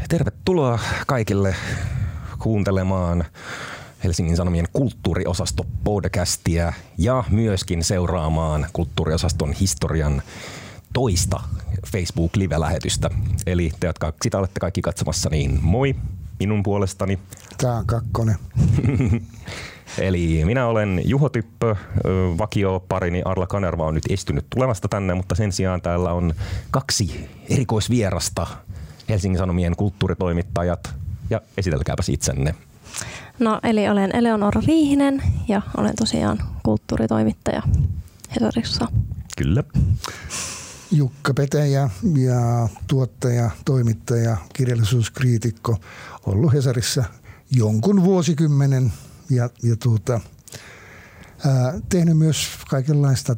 Tervetuloa kaikille kuuntelemaan Helsingin Sanomien kulttuuriosasto-podcastia ja myöskin seuraamaan kulttuuriosaston historian toista Facebook-live-lähetystä. Eli te, jotka sitä olette kaikki katsomassa, niin moi minun puolestani. Tää on Kakkonen. Eli minä olen Juho Typpö, vakioparini Arla Kanerva on nyt estynyt tulemasta tänne, mutta sen sijaan täällä on kaksi erikoisvierasta, Helsingin Sanomien kulttuuritoimittajat, ja esitelkääpäs itsenne. No, eli olen Eleonora Riihinen ja olen tosiaan kulttuuritoimittaja Hesarissa. Kyllä. Jukka Petäjä ja tuottaja, toimittaja, kirjallisuuskriitikko, ollut Hesarissa jonkun vuosikymmenen ja tehnyt myös kaikenlaista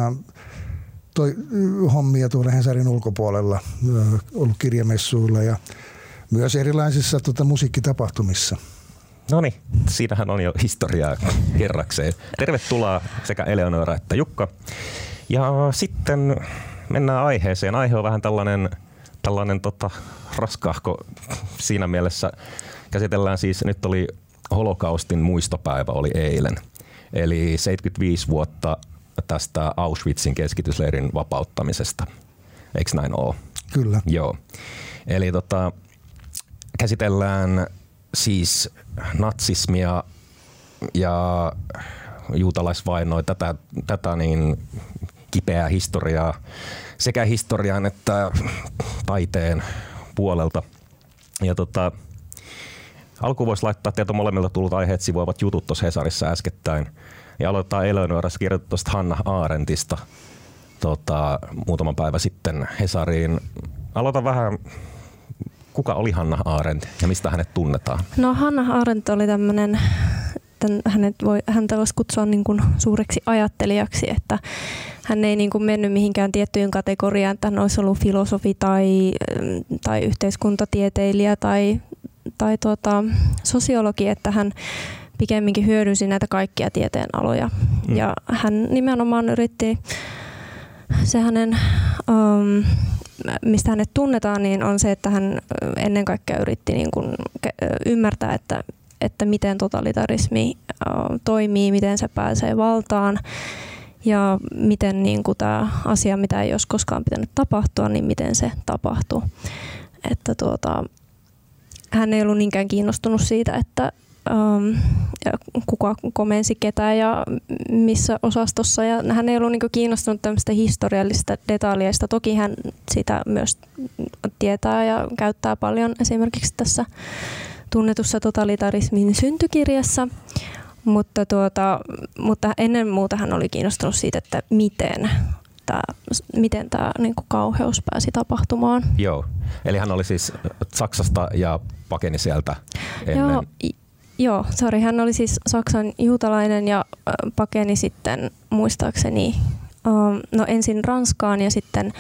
hommia tuolla Hesarin ulkopuolella, ollut kirjamessuilla ja myös erilaisissa musiikkitapahtumissa. Noniin, siinähän on jo historiaa kerrakseen. Tervetuloa sekä Eleonora että Jukka. Ja sitten mennään aiheeseen. Aihe on vähän tällainen raskaahko siinä mielessä. Käsitellään siis, nyt oli holokaustin muistopäivä oli eilen. Eli 75 vuotta tästä Auschwitzin keskitysleirin vapauttamisesta. Eikö näin ole? Kyllä. Joo. Eli käsitellään siis natsismia ja juutalaisvainoa, tätä niin kipeää historiaa sekä historian että taiteen puolelta. Ja alkuun voisi laittaa tieto molemmilta tullut aiheet sivuavat jutut tuossa Hesarissa äskettäin. Ja aloittaa Eleonorassa kirjoitettu tuosta Hannah Arendtista muutama päivä sitten Hesariin. Aloita vähän, kuka oli Hannah Arendt ja mistä hänet tunnetaan? No, Hannah Arendt oli tämmöinen, häntä voisi kutsua niin kuin suureksi ajattelijaksi, että hän ei niin kuin mennyt mihinkään tiettyyn kategoriaan, että hän olisi ollut filosofi tai yhteiskuntatieteilijä tai sosiologi, että hän pikemminkin hyödynsi näitä kaikkia tieteenaloja. Ja hän nimenomaan yritti, se hänen, mistä hänet tunnetaan, niin on se, että hän ennen kaikkea yritti niin kuin ymmärtää, että miten totalitarismi toimii, miten se pääsee valtaan ja miten niin kuin tämä asia, mitä ei olisi koskaan pitänyt tapahtua, niin miten se tapahtuu. Että hän ei ollut niinkään kiinnostunut siitä, että kuka komensi ketä ja missä osastossa. Ja hän ei ollut niinku kiinnostunut tämmöistä historiallisista detaljeista. Toki hän sitä myös tietää ja käyttää paljon esimerkiksi tässä tunnetussa totalitarismin syntykirjassa. Mutta ennen muuta hän oli kiinnostunut siitä, että miten tämä niinku kauheus pääsi tapahtumaan. Joo, eli hän oli siis Saksasta ja pakeni sieltä ennen. Joo, hän oli siis Saksan juutalainen ja pakeni sitten muistaakseni ensin Ranskaan ja sitten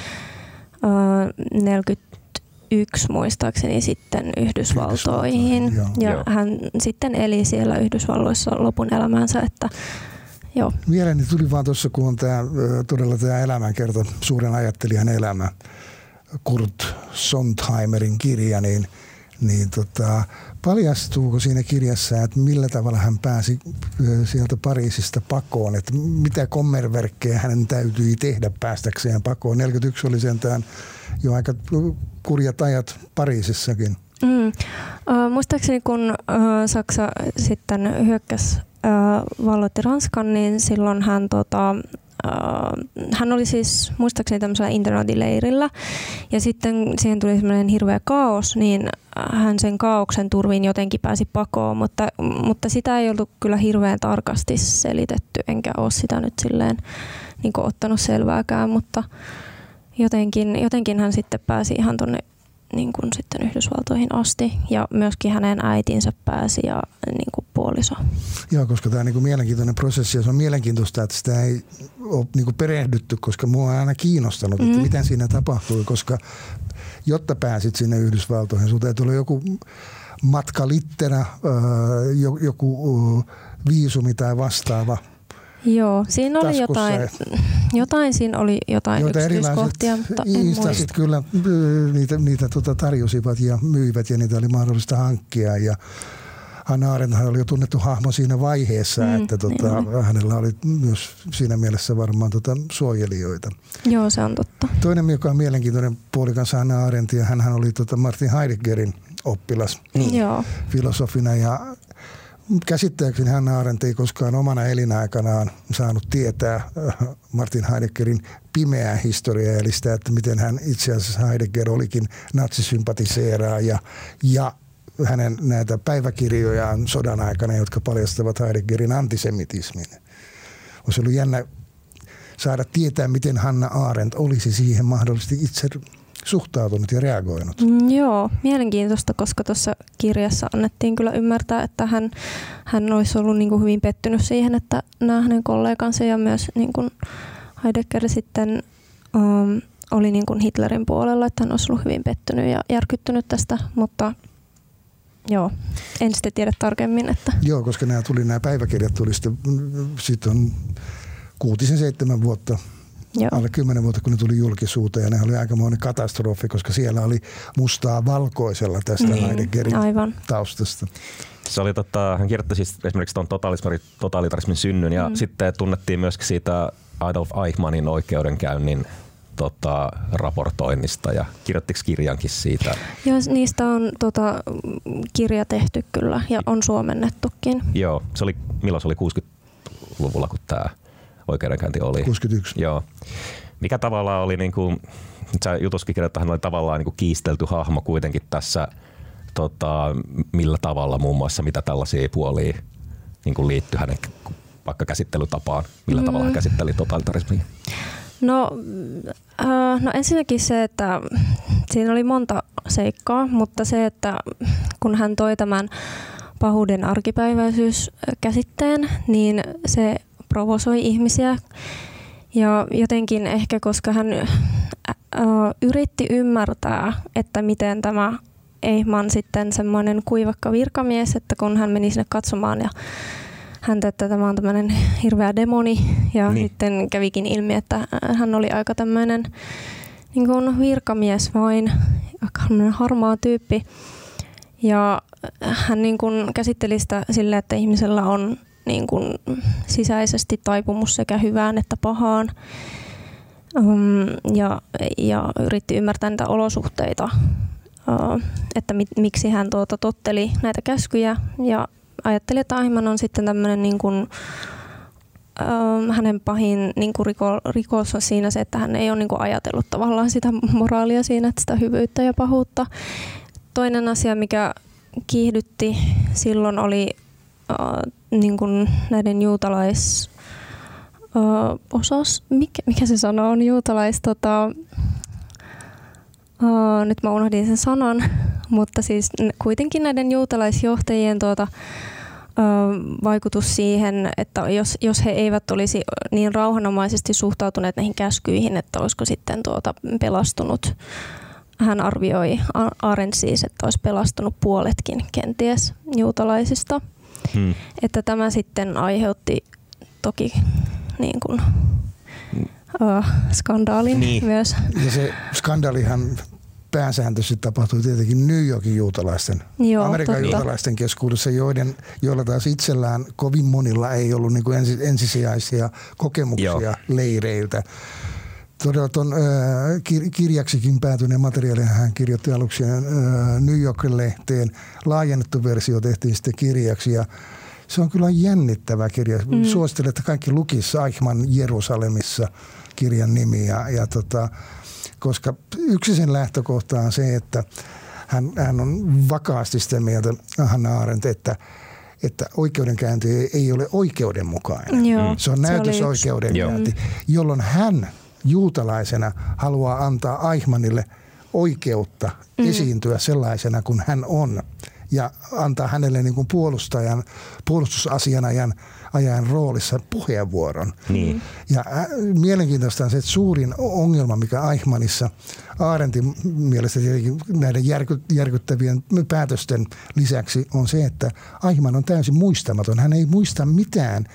41 muistaakseni sitten Yhdysvaltoihin. Ja hän sitten eli siellä Yhdysvalloissa lopun elämänsä, että joo. Mieleeni tuli vaan tuossa, kun on todella tämä elämänkerta, suuren ajattelijan elämä, Kurt Sondheimerin kirja, niin paljastuuko siinä kirjassa, että millä tavalla hän pääsi sieltä Pariisista pakoon, että mitä kommerverkkejä hänen täytyi tehdä päästäkseen pakoon. 41 oli sentään jo aika kurjat ajat Pariisissakin. Muistaakseni kun Saksa sitten hyökkäsi valloitti Ranskan, niin silloin hän oli siis muistaakseni tämmöisellä internaatileirillä ja sitten siihen tuli semmoinen hirveä kaos, niin hän sen kaaoksen turvin jotenkin pääsi pakoon, mutta sitä ei ollut kyllä hirveän tarkasti selitetty, enkä ole sitä nyt silleen niin kuin ottanut selvääkään, mutta jotenkin hän sitten pääsi ihan tuonne niin kuin sitten Yhdysvaltoihin asti ja myöskin hänen äitinsä pääsi ja niin kuin puoliso. Joo, koska tämä on niin kuin mielenkiintoinen prosessi ja se on mielenkiintoista, että sitä ei ole niin kuin perehdytty, koska mua on aina kiinnostanut, että miten siinä tapahtui, koska jotta pääsit sinne Yhdysvaltoihin, sinulta täytyy olla joku matkalittera, joku viisumi tai vastaava. Joo, siinä oli jotain siinä oli jotain yksityiskohtia, mutta en muista. Kyllä niitä tarjosivat ja myivät ja niitä oli mahdollista hankkia ja Hannah Arendt oli jo tunnettu hahmo siinä vaiheessa, että hänellä oli myös siinä mielessä varmaan suojelijoita. Joo, se on totta. Toinen, joka on mielenkiintoinen puoli kanssa Hannah Arendt, ja hänhän oli Martin Heideggerin oppilas filosofina ja käsittääkseni Hannah Arendt ei koskaan omana elinaikanaan saanut tietää Martin Heideggerin pimeää historiaa, eli sitä, että miten hän itse asiassa Heidegger olikin natsisympatiseeraaja ja hänen näitä päiväkirjojaan sodan aikana, jotka paljastavat Heideggerin antisemitismin. Olisi ollut jännä saada tietää, miten Hannah Arendt olisi siihen mahdollisesti itse suhtautunut ja reagoinut. Joo, mielenkiintoista, koska tuossa kirjassa annettiin kyllä ymmärtää, että hän olisi ollut niin kuin hyvin pettynyt siihen, että nämä hänen kollegansa ja myös niin kuin Heidegger sitten oli niin kuin Hitlerin puolella, että hän olisi ollut hyvin pettynyt ja järkyttynyt tästä, mutta joo, en sitten tiedä tarkemmin. Että. Joo, koska nämä päiväkirjat tuli sitten on 6-7 vuotta. Joo. Alle 10 vuotta, kun ne tuli julkisuuteen, ja ne oli aikamoinen katastrofi, koska siellä oli mustaa valkoisella tästä Heideggerin taustasta. Se oli hän kirjoitti siis esimerkiksi tuon totalitarismin synnyn, ja sitten tunnettiin myöskin siitä Adolf Eichmannin oikeudenkäynnin raportoinnista, ja kirjoittiko kirjankin siitä? Joo, niistä on kirja tehty kyllä, ja on suomennettukin. Joo, milloin se oli 60-luvulla, kun tämä oikeudenkäynti oli? 61. Joo. Mikä tavallaan oli, niin kuin, sä jutuskin kirjoittaa, hän oli tavallaan niin kuin kiistelty hahmo kuitenkin tässä, millä tavalla muun muassa, mitä tällaisia puolia niin kuin liittyi hänen vaikka käsittelytapaan, millä tavalla hän käsitteli totalitarismia? No ensinnäkin se, että siinä oli monta seikkaa, mutta se, että kun hän toi tämän pahuuden arkipäiväisyys-käsitteen, niin se provosoi ihmisiä ja jotenkin ehkä, koska hän yritti ymmärtää, että miten tämä Eichmann sitten semmoinen kuivakka virkamies, että kun hän meni sinne katsomaan ja häntä, että tämä on tämmöinen hirveä demoni ja sitten kävikin ilmi, että hän oli aika tämmöinen niin kuin virkamies vain, aika harmaa tyyppi ja hän niin kuin käsitteli sitä silleen, että ihmisellä on niin kuin sisäisesti taipumus sekä hyvään että pahaan ja yritti ymmärtää niitä olosuhteita, että miksi hän totteli näitä käskyjä ja ajatteli, että Eichmann on sitten tämmöinen niin kuin, hänen pahin niin kuin rikos on siinä se, että hän ei ole niin kuin ajatellut tavallaan sitä moraalia siinä, että sitä hyvyyttä ja pahuutta. Toinen asia, mikä kiihdytti silloin oli niin kuin näiden mikä se sana on, nyt mä unohdin sen sanan, mutta siis kuitenkin näiden juutalaisjohtajien vaikutus siihen, että jos he eivät olisi niin rauhanomaisesti suhtautuneet näihin käskyihin, että olisiko sitten pelastunut. Hän arvioi Arendt siis, että olisi pelastunut puoletkin kenties juutalaisista. Että tämä sitten aiheutti toki niin kuin, skandaalin myös. Ja se skandaalihan pääsääntöisesti tapahtui tietenkin New Yorkin juutalaisten, Amerikan juutalaisten keskuudessa, joilla taas itsellään kovin monilla ei ollut niin kuin ensisijaisia kokemuksia leireiltä. Todella tuon kirjaksikin päätyneen materiaalin hän kirjoitti aluksi New York-lehteen. Laajennettu versio tehtiin sitten kirjaksi ja se on kyllä jännittävä kirja. Suosittelen, että kaikki lukisi Eichmann Jerusalemissa kirjan nimi. Koska yksi sen lähtökohta on se, että hän on vakaasti sitä mieltä, Hannah Arendt, että oikeudenkäynti ei ole oikeudenmukainen. Se on näytösoikeudenkäynti, jolloin hän juutalaisena haluaa antaa Eichmannille oikeutta esiintyä sellaisena kuin hän on ja antaa hänelle niin kuin puolustusasianajan roolissa puheenvuoron. Ja mielenkiintoista on se, että suurin ongelma, mikä Eichmannissa Arendtin mielestä tietenkin näiden järkyttävien päätösten lisäksi on se, että Eichmann on täysin muistamaton. Hän ei muista mitään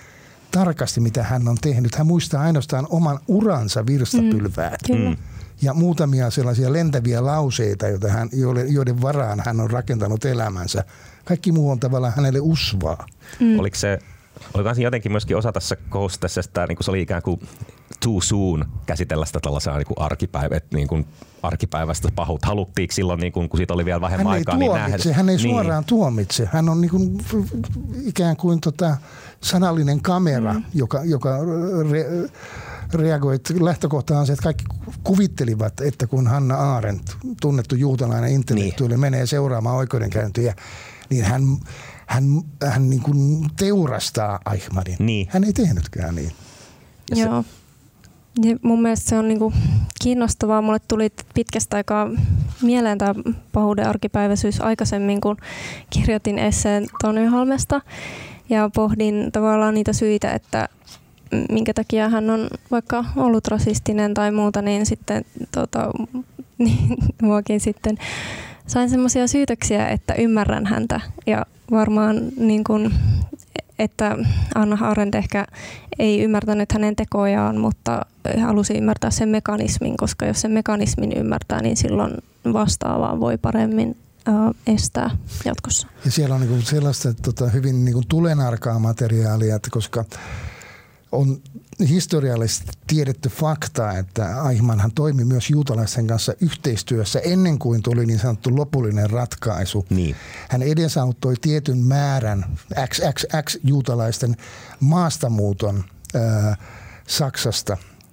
tarkasti, mitä hän on tehnyt. Hän muistaa ainoastaan oman uransa virstapylväät. Ja muutamia sellaisia lentäviä lauseita, joiden varaan hän on rakentanut elämänsä. Kaikki muu on tavallaan hänelle usvaa. Oliko se jotenkin myöskin osa tässä kohdassa, että niin se oli ikään kuin too soon käsitellä sitä tällaisia niin arkipäivästä pahuutta. Haluttiinko silloin, niin kun siitä oli vielä vähemmän aikaa? Hän ei suoraan tuomitse. Hän on niin kuin, ikään kuin sanallinen kamera, joka reagoi. Lähtökohtaan se, että kaikki kuvittelivat, että kun Hannah Arendt, tunnettu juutalainen intellektuaali, menee seuraamaan oikeudenkäyntiä, niin hän niin kuin teurastaa Eichmannin. Niin. Hän ei tehnytkään niin. Joo. Ja mun mielestä se on niinku kiinnostavaa. Mulle tuli pitkästä aikaa mieleen tämä pahuuden arkipäiväisyys aikaisemmin, kun kirjoitin esseen Tony Halmesta ja pohdin tavallaan niitä syitä, että minkä takia hän on vaikka ollut rasistinen tai muuta, niin sitten niin muakin sitten sain semmoisia syytöksiä, että ymmärrän häntä ja varmaan niin kuin, että Hannah Arendt ehkä ei ymmärtänyt hänen tekojaan, mutta halusi ymmärtää sen mekanismin, koska jos sen mekanismin ymmärtää, niin silloin vastaavaa voi paremmin estää jatkossa. Ja siellä on niin sellaista hyvin niin tulenarkaa materiaalia, että koska on historiallisesti tiedetty fakta, että Eichmannhan toimi myös juutalaisten kanssa yhteistyössä ennen kuin tuli niin sanottu lopullinen ratkaisu. Niin. Hän edesauttoi tietyn määrän XXX juutalaisten maastamuuton Saksasta.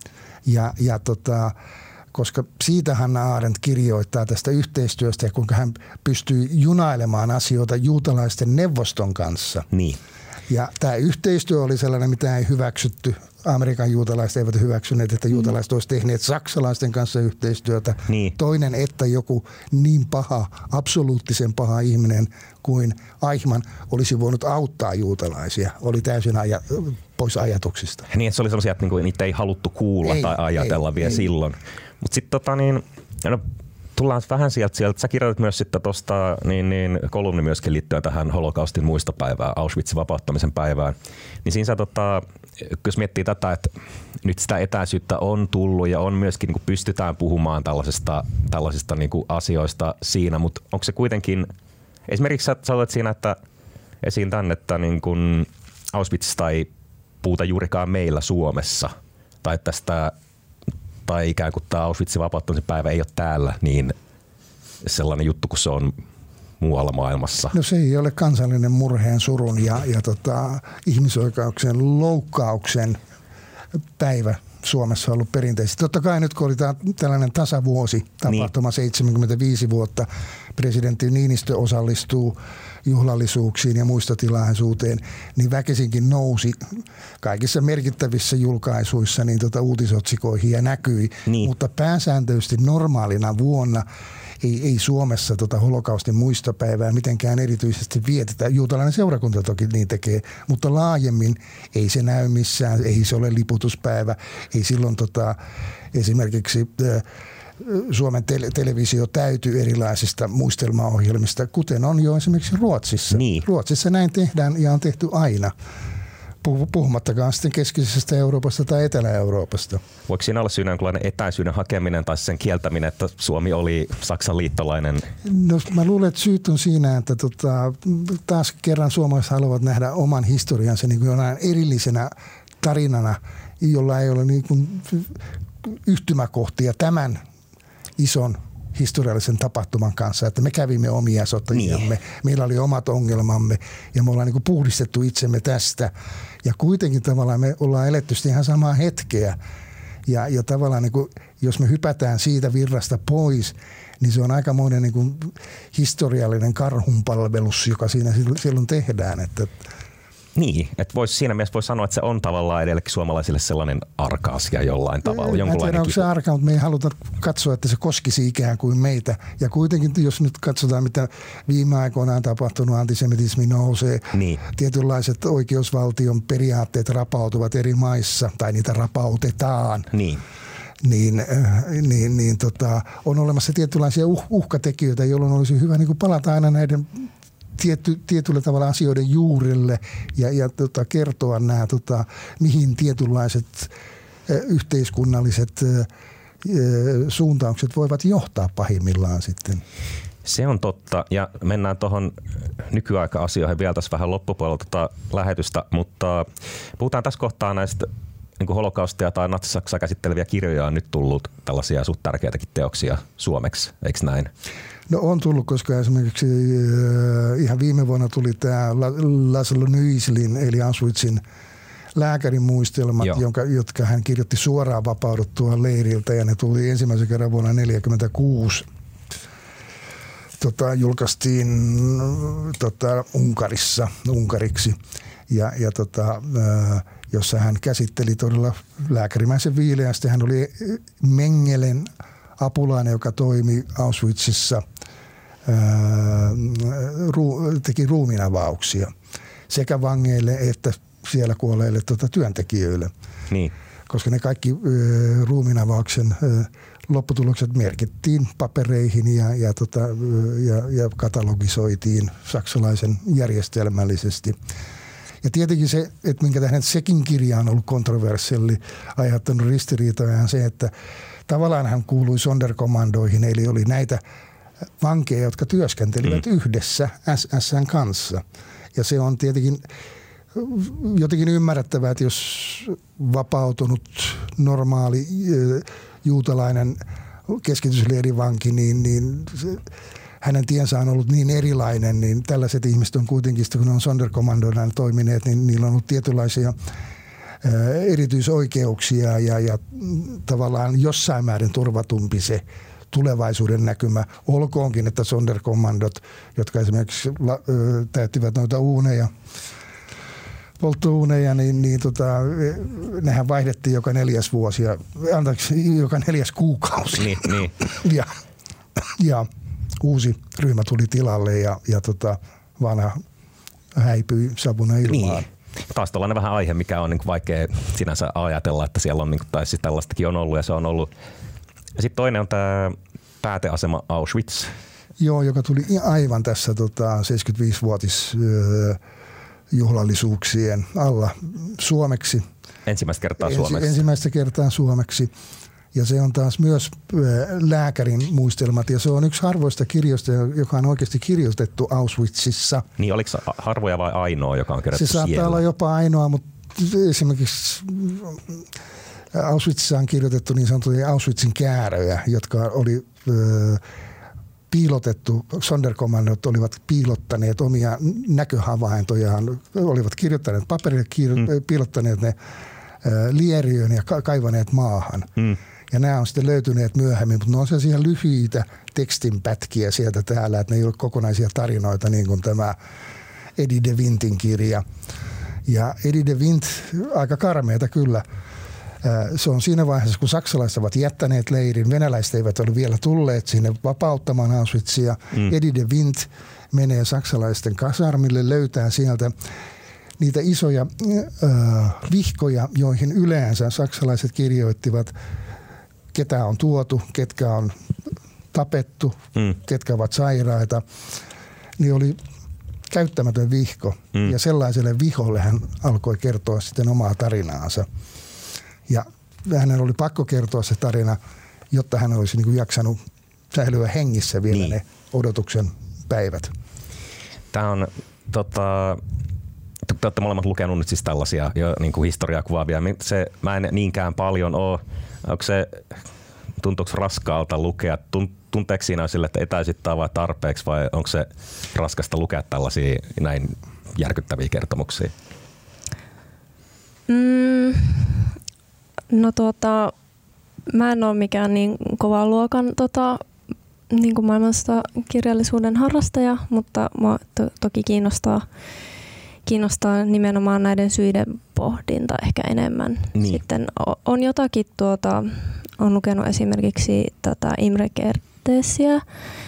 Koska siitä Hannah Arendt kirjoittaa tästä yhteistyöstä ja kuinka hän pystyy junailemaan asioita juutalaisten neuvoston kanssa. Niin. Ja tämä yhteistyö oli sellainen, mitä ei hyväksytty. Amerikan juutalaiset eivät hyväksyneet, että juutalaiset olisivat tehneet saksalaisten kanssa yhteistyötä. Niin. Toinen, että joku niin paha, absoluuttisen paha ihminen kuin Eichmann olisi voinut auttaa juutalaisia. Oli täysin pois ajatuksista. Niin, että se oli sellaisia, että niitä ei haluttu kuulla tai ajatella vielä silloin. Mutta sitten tullaan vähän sieltä. Sä kirjoitit myös sitten tuosta kolumni myöskin liittyen tähän holokaustin muistopäivään, Auschwitzin vapauttamisen päivään. Niin siinä sä, jos miettii tätä, että nyt sitä etäisyyttä on tullut ja on myöskin niin pystytään puhumaan tällaisista niin asioista siinä, mutta onko se kuitenkin, esimerkiksi sä olet siinä, että esiin tänne, että niin kuin Auschwitzista ei puhuta juurikaan meillä Suomessa tai tästä tai ikään kuin tämä Auschwitzin vapauttamisen päivä ei ole täällä niin sellainen juttu, kun se on muualla maailmassa. No se ei ole kansallinen murheen, surun ja ihmisoikeuksien loukkauksen päivä Suomessa ollut perinteisesti. Totta kai nyt kun oli tällainen tasavuosi tapahtuma, 75 vuotta, presidentti Niinistö osallistuu juhlallisuuksiin ja muistotilaisuuteen, niin väkisinkin nousi kaikissa merkittävissä julkaisuissa niin uutisotsikoihin ja näkyi. Niin. Mutta pääsääntöisesti normaalina vuonna ei Suomessa holokaustin muistopäivää mitenkään erityisesti vietetä. Juutalainen seurakunta toki niin tekee, mutta laajemmin ei se näy missään, ei se ole liputuspäivä, ei silloin esimerkiksi Suomen televisio täytyy erilaisista muistelmaohjelmista, kuten on jo esimerkiksi Ruotsissa. Niin. Ruotsissa näin tehdään ja on tehty aina. Puhumattakaan sitten keskisestä Euroopasta tai Etelä-Euroopasta. Voiko siinä olla syynä jonkinlainen etäisyyden hakeminen tai sen kieltäminen, että Suomi oli Saksan liittolainen? No, mä luulen, että syyt on siinä, että taas kerran suomalaiset haluavat nähdä oman historiansa niin kuin jonain erillisenä tarinana, jolla ei ole niin kuin yhtymäkohtia tämän ison historiallisen tapahtuman kanssa, että me kävimme omia sotiamme, meillä oli omat ongelmamme ja me ollaan niin kuin puhdistettu itsemme tästä ja kuitenkin tavallaan me ollaan eletty ihan samaa hetkeä ja tavallaan niin kuin, jos me hypätään siitä virrasta pois, niin se on aikamoinen niin kuin historiallinen karhunpalvelus, joka siinä silloin tehdään, että niin, että siinä mielessä voi sanoa, että se on tavallaan edellekin suomalaisille sellainen arka asia jollain tavalla. Mä en tiedä, onko se arka, mutta me ei haluta katsoa, että se koskisi ikään kuin meitä. Ja kuitenkin, jos nyt katsotaan, mitä viime aikoina on tapahtunut, antisemitismi nousee, niin tietynlaiset oikeusvaltion periaatteet rapautuvat eri maissa, tai niitä rapautetaan. On olemassa tietynlaisia uhkatekijöitä, jolloin olisi hyvä niin kuin palata aina näiden tietyllä tavalla asioiden juurelle ja kertoa nämä, mihin tietynlaiset yhteiskunnalliset suuntaukset voivat johtaa pahimmillaan sitten. Se on totta, ja mennään tuohon nykyaika-asioihin vielä tässä vähän loppupuolella lähetystä, mutta puhutaan tässä kohtaa näistä niin kuin holokaustia tai natsi-Saksaa käsitteleviä kirjoja on nyt tullut tällaisia suht tärkeitäkin teoksia suomeksi, eikö näin? No on tullut, koska esimerkiksi ihan viime vuonna tuli tämä Laszlo Nyislin eli Auschwitzin lääkärin muistelmat, jotka hän kirjoitti suoraan vapauduttua leiriltä, ja ne tuli ensimmäisen kerran vuonna 1946. Julkaistiin unkariksi jossa hän käsitteli todella lääkärimäisen viileästi. Hän oli Mengelen apulainen, joka toimi Auschwitzissa, teki ruumiinavauksia sekä vangeille että siellä kuolleille työntekijöille. Niin. Koska ne kaikki ruumiinavauksen lopputulokset merkittiin papereihin ja katalogisoitiin saksalaisen järjestelmällisesti. Ja tietenkin se, että minkä tähden sekin kirja on ollut kontroversielli, aiheuttanut ristiriitoja, on se, että tavallaan hän kuului Sonderkommandoihin, eli oli näitä vankeja, jotka työskentelivät yhdessä SS:n kanssa. Ja se on tietenkin jotenkin ymmärrettävää, että jos vapautunut normaali juutalainen keskitysleirivanki, niin hänen tiensä on ollut niin erilainen, niin tällaiset ihmiset on kuitenkin, kun ne on Sonderkommandoina toimineet, niin niillä on ollut tietynlaisia erityisoikeuksia ja tavallaan jossain määrin turvatumpi se tulevaisuuden näkymä. Olkoonkin, että Sonderkommandot, jotka esimerkiksi täyttivät noita polttouuneja, nehän vaihdettiin joka 4 kuukausi. Niin. Ja uusi ryhmä tuli tilalle ja vanha häipyi savuna ilmaan. Niin. Taas tällainen vähän aihe, mikä on niin vaikea sinänsä ajatella, että siellä on, niin kuin, tai siis tällaistakin on ollut ja se on ollut. Ja sitten toinen on tämä pääteasema Auschwitz. Joo, joka tuli aivan tässä 75-vuotis juhlallisuuksien alla suomeksi. Ensimmäistä kertaa suomeksi. Ja se on taas myös lääkärin muistelmat, ja se on yksi harvoista kirjoista, joka on oikeasti kirjoitettu Auschwitzissa. Niin, oliko se harvoja vai ainoa, joka on kirjoitettu siellä? Se saattaa olla jopa ainoa, mutta esimerkiksi Auschwitzissa on kirjoitettu niin sanottuja Auschwitzin kääröjä, jotka oli piilotettu. Sonderkommandot olivat piilottaneet omia näköhavaintojaan, olivat kirjoittaneet paperille, piilottaneet ne lieriöön ja kaivaneet maahan. Ja nämä on sitten löytyneet myöhemmin, mutta ne on sellaisia lyhyitä tekstinpätkiä sieltä täällä, että ne ei ole kokonaisia tarinoita, niin kuin tämä Eddie de Windtin kirja. Ja Eddie de Windt, aika karmeita kyllä. Se on siinä vaiheessa, kun saksalaiset ovat jättäneet leirin, venäläiset eivät ole vielä tulleet sinne vapauttamaan Auschwitzia. Eddie de Windt menee saksalaisten kasarmille, löytää sieltä niitä isoja vihkoja, joihin yleensä saksalaiset kirjoittivat, ketä on tuotu, ketkä on tapettu, ketkä ovat sairaita. Niin oli käyttämätön vihko. Ja sellaiselle viholle hän alkoi kertoa sitten omaa tarinaansa. Ja hänen oli pakko kertoa se tarina, jotta hän olisi niin kuin jaksanut säilyä hengissä vielä ne odotuksen päivät. Tämä on te olette molemmat lukenut nyt siis tällaisia jo niin kuin historiaa kuvaavia. Mä en niinkään paljon ole. Tuntuuko raskaalta lukea? Tunteeko siinä sille, että etäisyttää vai tarpeeksi, vai onko se raskasta lukea tällaisia näin järkyttäviä kertomuksia? No mä en ole mikään niin kovan luokan niin kuin maailmasta kirjallisuuden harrastaja, mutta mua toki kiinnostaa nimenomaan näiden syiden pohdinta ehkä enemmän. Niin. Sitten on jotakin on lukenut esimerkiksi Imre Kertésiä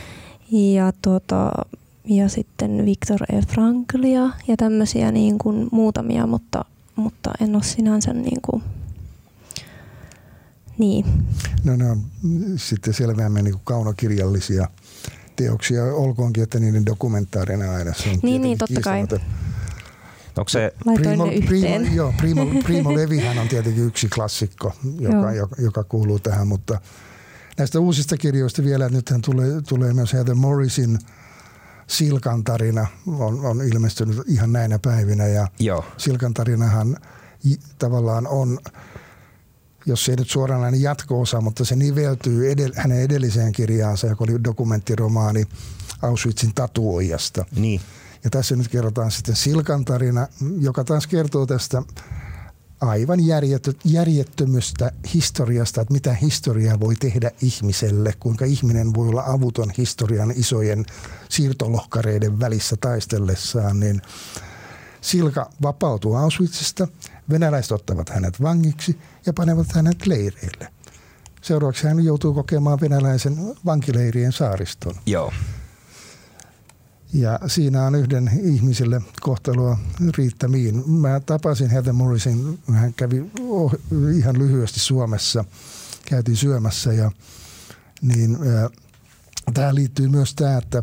ja sitten Viktor E. Franklia ja tämmöisiä niin kuin muutamia, mutta en ole sinänsä niin kuin niin. No ne on sitten selvämmin niin kuin kaunokirjallisia taideteoksia, olkoonkin, että niiden dokumentaarina aina. Se on niin, totta kai. Onko se Primo Levihän on tietenkin yksi klassikko, joka kuuluu tähän, mutta näistä uusista kirjoista vielä, nythän tulee myös Heather Morrisin Silkan tarina on ilmestynyt ihan näinä päivinä ja Silkan tarinahan tavallaan on, jos se ei nyt suoranainen jatko-osa, mutta se niveltyy hänen edelliseen kirjaansa, joka oli dokumenttiromaani Auschwitzin tatuoijasta. Niin. Ja tässä nyt kerrotaan sitten Silkan tarina, joka taas kertoo tästä aivan järjettömästä historiasta, että mitä historia voi tehdä ihmiselle, kuinka ihminen voi olla avuton historian isojen siirtolohkareiden välissä taistellessaan, niin Silka vapautuu Auschwitzista, venäläiset ottavat hänet vangiksi ja panevat hänet leireille. Seuraavaksi hän joutuu kokemaan venäläisen vankileirien saariston. Joo. Ja siinä on yhden ihmiselle kohtaloa riittämiin. Mä tapasin Heather Morrisin, hän kävi ihan lyhyesti Suomessa, käytiin syömässä ja niin tähän liittyy myös tämä, että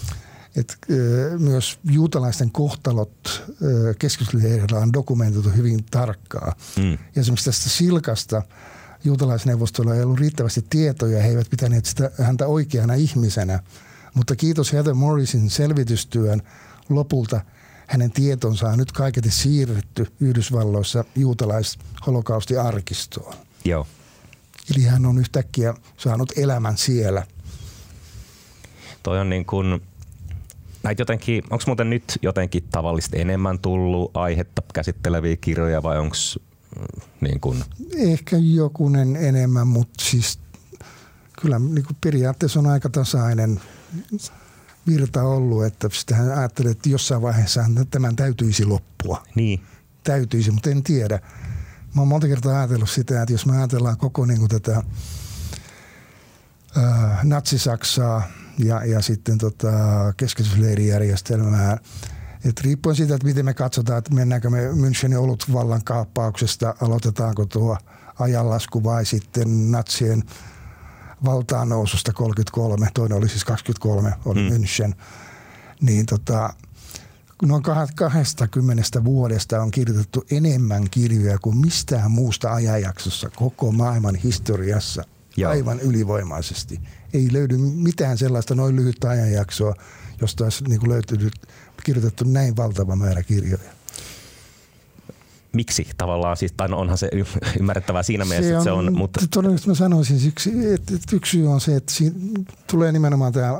myös juutalaisten kohtalot keskitysleireillä on dokumentoitu hyvin tarkkaa. Esimerkiksi tästä Silkasta juutalaisneuvostolla ei ollut riittävästi tietoja, he eivät pitäneet häntä oikeana ihmisenä. Mutta kiitos Heather Morrisin selvitystyön lopulta hänen tietonsa on nyt kaiketi siirretty Yhdysvalloissa juutalais-holokaustiarkistoon. Joo. Eli hän on yhtäkkiä saanut elämän siellä. Toi on niin kuin, näitä jotenkin, onko muuten nyt jotenkin tavallisesti enemmän tullut aihetta käsitteleviä kirjoja vai onko niin kuin? Ehkä jokunen enemmän, mutta siis kyllä niin kuin periaatteessa on aika tasainen virta ollut, että hän ajattelee, että jossain vaiheessa tämän täytyisi loppua. Niin. Täytyisi, mutta en tiedä. Mä oon monta kertaa ajatellut sitä, että jos me ajatellaan koko niin kuin tätä Natsi-Saksaa ja sitten keskitysleirijärjestelmää, että riippuen siitä, että miten me katsotaan, että mennäänkö me Münchenin olutvallan kaappauksesta, aloitetaanko tuo ajanlasku vai sitten natsien valtaan noususta 33, toinen oli siis 23, oli München, niin noin 20 vuodesta on kirjoitettu enemmän kirjoja kuin mistään muusta ajanjaksossa koko maailman historiassa. Joo. Aivan ylivoimaisesti. Ei löydy mitään sellaista noin lyhyttä ajanjaksoa, josta olisi niin kuin kirjoitettu näin valtava määrä kirjoja. Miksi tavallaan? Siis, tai no onhan se ymmärrettävää siinä mielessä, että se on. Mutta todennäköisesti mä sanoisin siksi, että yksi syy on se, että siinä tulee nimenomaan tämä,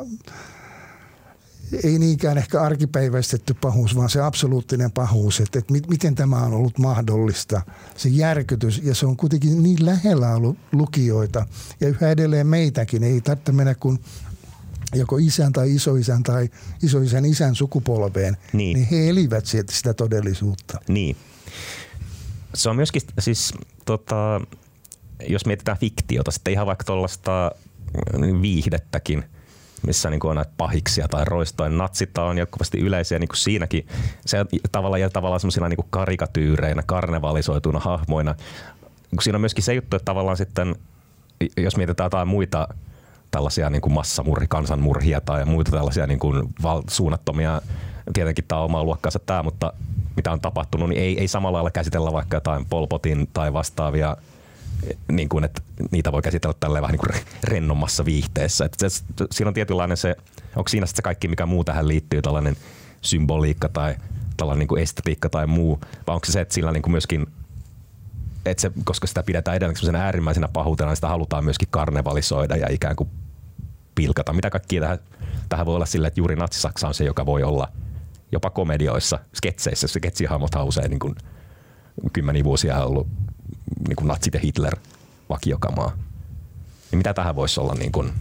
ei niinkään ehkä arkipäiväistetty pahuus, vaan se absoluuttinen pahuus, että miten tämä on ollut mahdollista. Se järkytys, ja se on kuitenkin niin lähellä ollut lukijoita, ja yhä edelleen meitäkin. Ei tarvitse mennä kuin joko isän tai isoisän tai isoisän isän sukupolveen, niin he elivät sitä todellisuutta. Niin. Se on myöskin siis, jos mietitään fiktiota, sitten ihan vaikka tuollaista viihdettäkin, missä niin on näitä pahiksia tai roistoja, natsit on jatkuvasti yleisiä niin kuin siinäkin. Se tavallaan semmoisina niin karikatyyreinä, karnevalisoituina hahmoina. Siinä on myöskin se juttu, että tavallaan sitten, jos mietitään jotain muita tällaisia niin kuin kansanmurhia tai muita tällaisia niin kuin suunnattomia, tietenkin tämä on omaa luokkaansa tämä, mutta mitä on tapahtunut, niin ei samalla lailla käsitellä vaikka jotain Pol Potin tai vastaavia, niin kuin, että niitä voi käsitellä tälleen vähän niin kuin rennommassa viihteessä. Että siinä on tietynlainen se, onko siinä se kaikki, mikä muu tähän liittyy, tällainen symboliikka tai tällainen niin kuin estetiikka tai muu, vai onko se, että sillä niin kuin myöskin, että se, koska sitä pidetään edelleen sellaisena äärimmäisenä pahuutena, niin sitä halutaan myöskin karnevalisoida ja ikään kuin pilkata. Mitä kaikkia tähän voi olla sillä, että juuri Natsi-Saksa on se, joka voi olla jopa komedioissa, sketseissä, sketsihahmothan on usein niin kuin kymmeniä vuosia ollut niin kuin natsit ja Hitler vakiokamaa. Niin mitä tähän voisi olla niin kuin?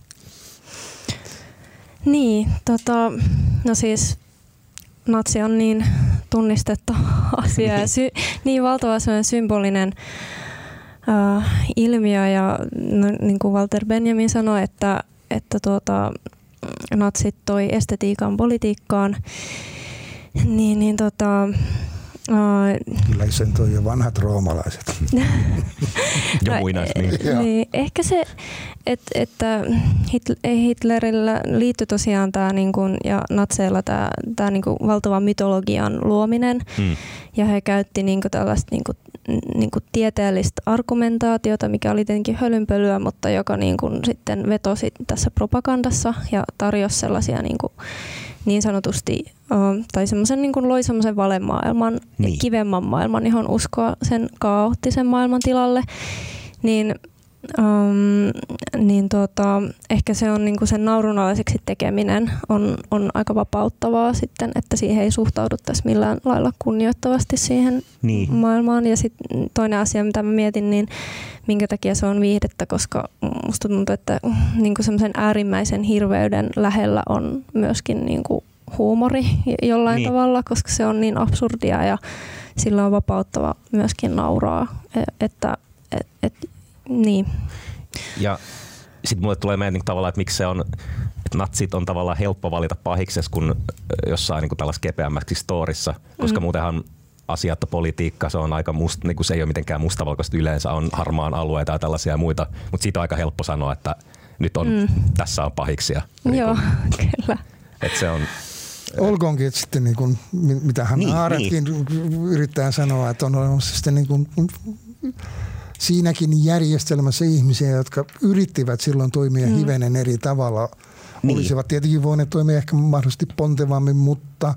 Niin, no siis natsi on niin tunnistettu asia ja niin valtava sellainen symbolinen ilmiö ja no, niin kuin Walter Benjamin sanoi, että natsit toi estetiikan politiikkaan, niin Kyllä sen toi jo vanhat roomalaiset. Jo niin, ehkä se, että Hitlerillä liittyi tosiaan tämä niinku, ja natseilla tämä niinku valtava mytologian luominen. Ja he käytti niinku tällaista niinku tieteellistä argumentaatiota, mikä oli tietenkin hölynpölyä, mutta joka niinku sitten vetosi tässä propagandassa ja tarjosi sellaisia niin sanotusti, tai semmoisen niin loi semmoisen valemaailman, kivemman maailman, johon uskoa sen kaoottisen maailman tilalle, niin ehkä se on niin kuin sen naurunalaiseksi tekeminen on aika vapauttavaa sitten, että siihen ei suhtauduttaisi millään lailla kunnioittavasti siihen maailmaan. Ja sitten toinen asia, mitä mä mietin, niin minkä takia se on viihdettä, koska musta tuntuu, että niin kuin semmoisen äärimmäisen hirveyden lähellä on myöskin niin kuin huumori jollain tavalla, koska se on niin absurdia ja sillä on vapauttava myöskin nauraa, niin. Ja sitten mulle tulee mieleen tavallaan, että miksi se on, että natsit on tavallaan helppo valita pahiksessa kuin jossain niin kuin tällaisessa kepeämmäksi storissa, koska muutenhan asiat ja politiikka, se on aika niin kuin se ei ole mitenkään mustavalkoista, yleensä on harmaan alueita ja tällaisia ja muita, mutta siitä on aika helppo sanoa, että nyt on, tässä on pahiksia. Joo, niin kyllä. Että se on olkoonkin, että sitten niin kuin, mitä Hannah Arendtkin yrittää sanoa, että on olemassa sitten niin kuin siinäkin järjestelmässä ihmisiä, jotka yrittivät silloin toimia hivenen eri tavalla. Olisivat tietenkin voineet toimia ehkä mahdollisesti pontevammin, mutta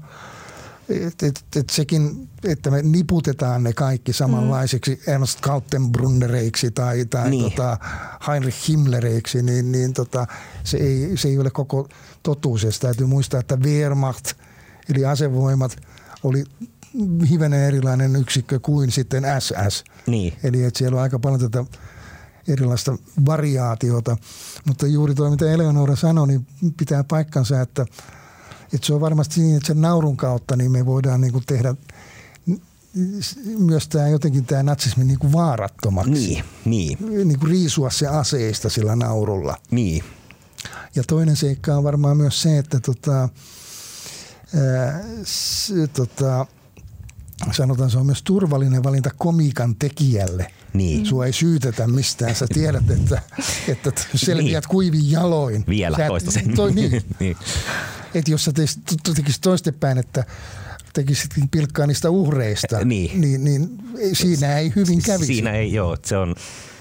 sekin, että me niputetaan ne kaikki samanlaiseksi Ernst Kaltenbrunnereiksi tai Heinrich Himmlereiksi, niin se ei ole koko totuus. Ja täytyy muistaa, että Wehrmacht eli asevoimat oli hivenen erilainen yksikkö kuin sitten SS. Niin. Eli että siellä on aika paljon tätä erilaista variaatiota. Mutta juuri tuo, mitä Eleonora sanoi, niin pitää paikkansa, että se on varmasti niin, että sen naurun kautta niin me voidaan niin kuin tehdä myös tämä jotenkin tämä natsismi niin kuin vaarattomaksi. Niin kuin riisua se aseista sillä naurulla. Niin. Ja toinen seikka on varmaan myös se, että sanotaan, se on myös turvallinen valinta komiikan tekijälle. Niin. Sua ei syytetä mistään. Sä tiedät, että selviät kuivin jaloin. Vielä toistaiseksi. Niin. Että jos sä tekisit toistepäin, että tekisit pilkkaa niistä uhreista, niin siinä ei hyvin kävisi. Siinä ei, joo. Se on,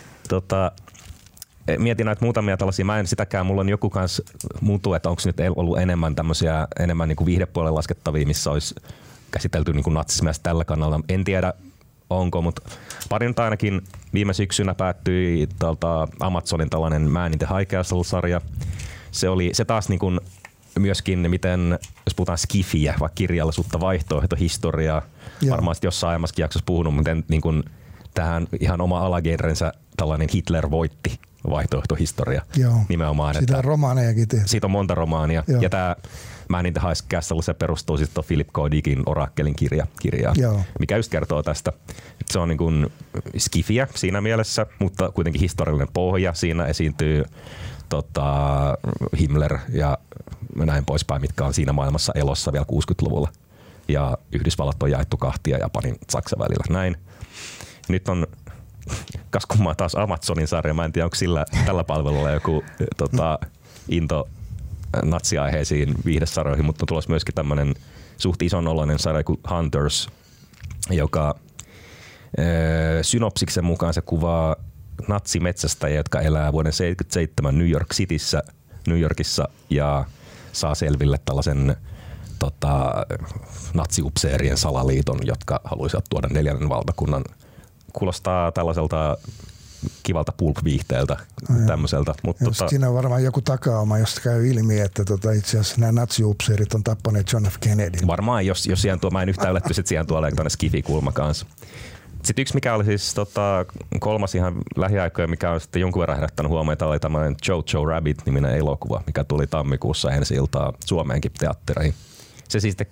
mietin näitä muutamia tällaisia, mä en sitäkään, mulla on joku kanssa muutu, että onko nyt ollut enemmän tämmöisiä, enemmän niin kuin viihdepuolelle laskettavia, missä olisi käsitelty niin kuin natsismia tällä kannalta. En tiedä onko, mutta parin ainakin viime syksynä päättyi Amazonin tällainen Man in the High Castle-sarja. Se taas niin kuin myöskin, miten, jos puhutaan skifiä, vaikka kirjallisuutta, vaihtoehtohistoriaa, varmaan jossain aiemmassakin jaksossa puhunut, miten niin kuin tähän ihan oma alagenrensä tällainen Hitler voitti vaihtoehtohistoria. Joo. Nimenomaan. Siitä on romaanejakin tehty. Siitä on monta romaania. Joo. Ja tämä Man in the High Castle, se perustuu sitten Philip K. Dickin Orakelin kirjaan, mikä just kertoo tästä, että se on niin kuin skifiä siinä mielessä, mutta kuitenkin historiallinen pohja. Siinä esiintyy Himmler ja näin poispäin, mitkä on siinä maailmassa elossa vielä 60-luvulla. Ja Yhdysvallat on jaettu kahtia Japanin Saksan välillä. Näin. Nyt on kaskumaan taas Amazonin sarja. Mä en tiedä, onko tällä palvelulla joku into natsiaiheisiin viihdesarjoihin, mutta on tulossa myöskin tämmöinen suht isonoloinen sarja kuin Hunters, joka synopsiksen mukaan se kuvaa natsimetsästäjiä, jotka elää vuoden 1977 New York Cityssä, New Yorkissa ja saa selville tällaisen natsiupseerien salaliiton, jotka haluaisivat tuoda 4. valtakunnan. Kuulostaa tällaiselta kivalta pulp-viihteeltä tämmöiseltä. Mutta siinä on varmaan joku takauma, josta käy ilmi, että itse asiassa nämä natsiupseerit on tappaneet John F. Kennedy. Varmaan, jos siihen tuo, mä en yhtään yllätty, että siihen tuolla tuonne skifi-kulma kanssa. Sitten yksi, mikä oli siis kolmas ihan lähiaikoja, mikä on sitten jonkun verran herättänyt huomiota, oli tämmöinen Jojo Rabbit-niminen elokuva, mikä tuli tammikuussa ensi iltaa Suomeenkin teattereihin. Se siis